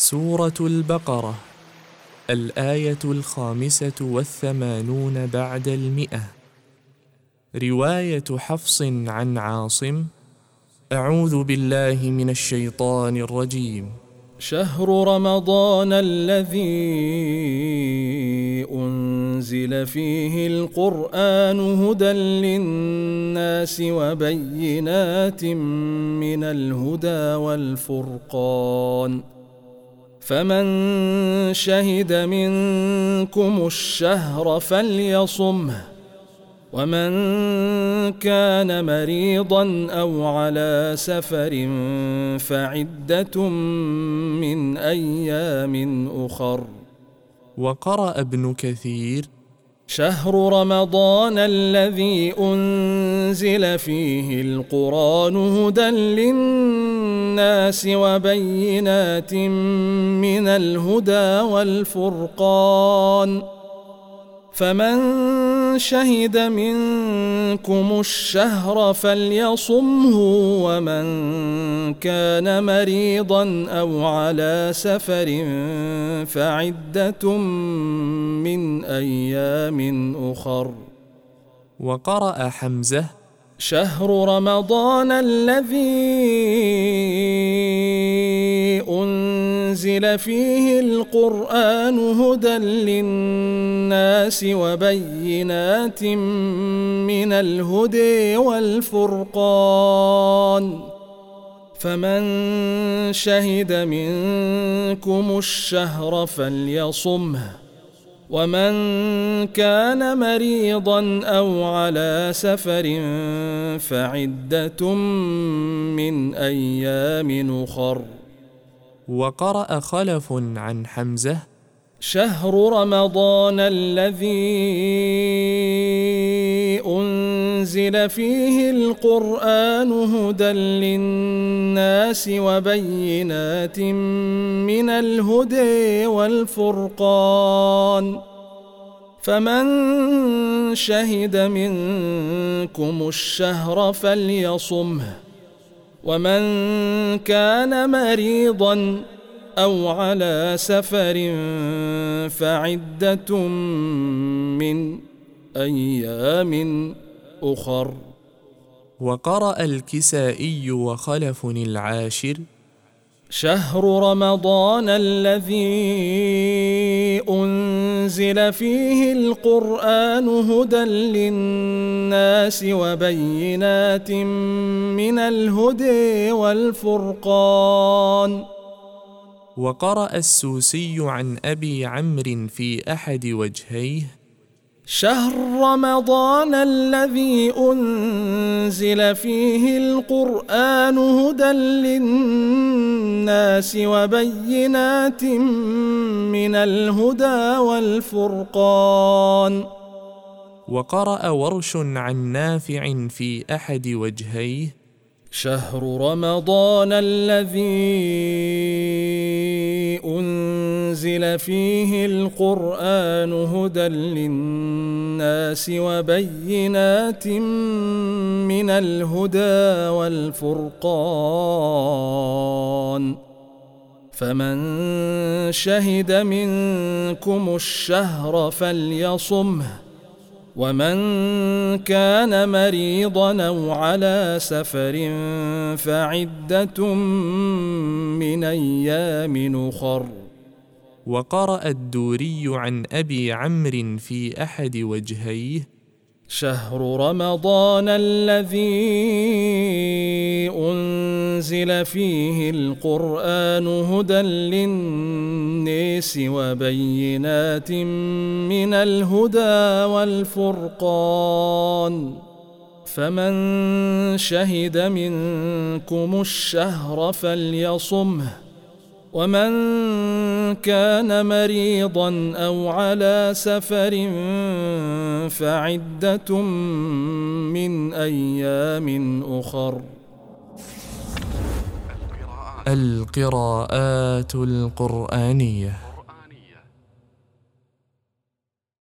سورة البقرة، الآية 85 بعد 100. رواية حفص عن عاصم. أعوذ بالله من الشيطان الرجيم. شهر رمضان الذي أنزل فيه القرآن هدى للناس وبينات من الهدى والفرقان، فمن شهد منكم الشهر فليصمه، ومن كان مريضا أو على سفر فعدة من أيام أخر. وقرأ ابن كثير: شهر رمضان الذي أنزل فيه القرآن هدى للناس وبينات من الهدى والفرقان، فمن شهد منكم الشهر فليصمه، ومن كان مريضا أو على سفر فعدة من أيام أخر. وقرأ حمزة: شهر رمضان الذي أنزل فيه القرآن هدى للناس وبينات من الهدى والفرقان، فمن شهد منكم الشهر فليصمه، ومن كان مريضا أو على سفر فعدة من أيام أخر. وقرأ خلف عن حمزة: شهر رمضان الذي أنزل فيه القرآن هدى للناس وبينات من الهدى والفرقان، فمن شهد منكم الشهر فليصمه، ومن كان مريضا أو على سفر فعدة من أيام أخر. وقرأ الكسائي وخلف العاشر: شهر رمضان الذي أنزل فيه القرآن هدى للناس وبينات من الهدى والفرقان. وقرأ السوسي عن أبي عمرو في أحد وجهيه: شهر رمضان الذي أنزل فيه القرآن هدى للناس وبينات من الهدى والفرقان. وقرأ ورش عن نافع في أحد وجهيه: شهر رمضان الذي أنزل فيه القرآن هدى للناس وبينات من الهدى والفرقان، فمن شهد منكم الشهر فليصمه، ومن كان مريضا أو على سفر فعدة من أيام أخر. وقرأ الدوري عن أبي عمرو في أحد وجهيه: شهر رمضان الذي أنزل فيه القرآن هدى للناس وبينات من الهدى والفرقان، فمن شهد منكم الشهر فليصمه، ومن كان مريضا أو على سفر فعدة من أيام أخر. القراءات القرآنية.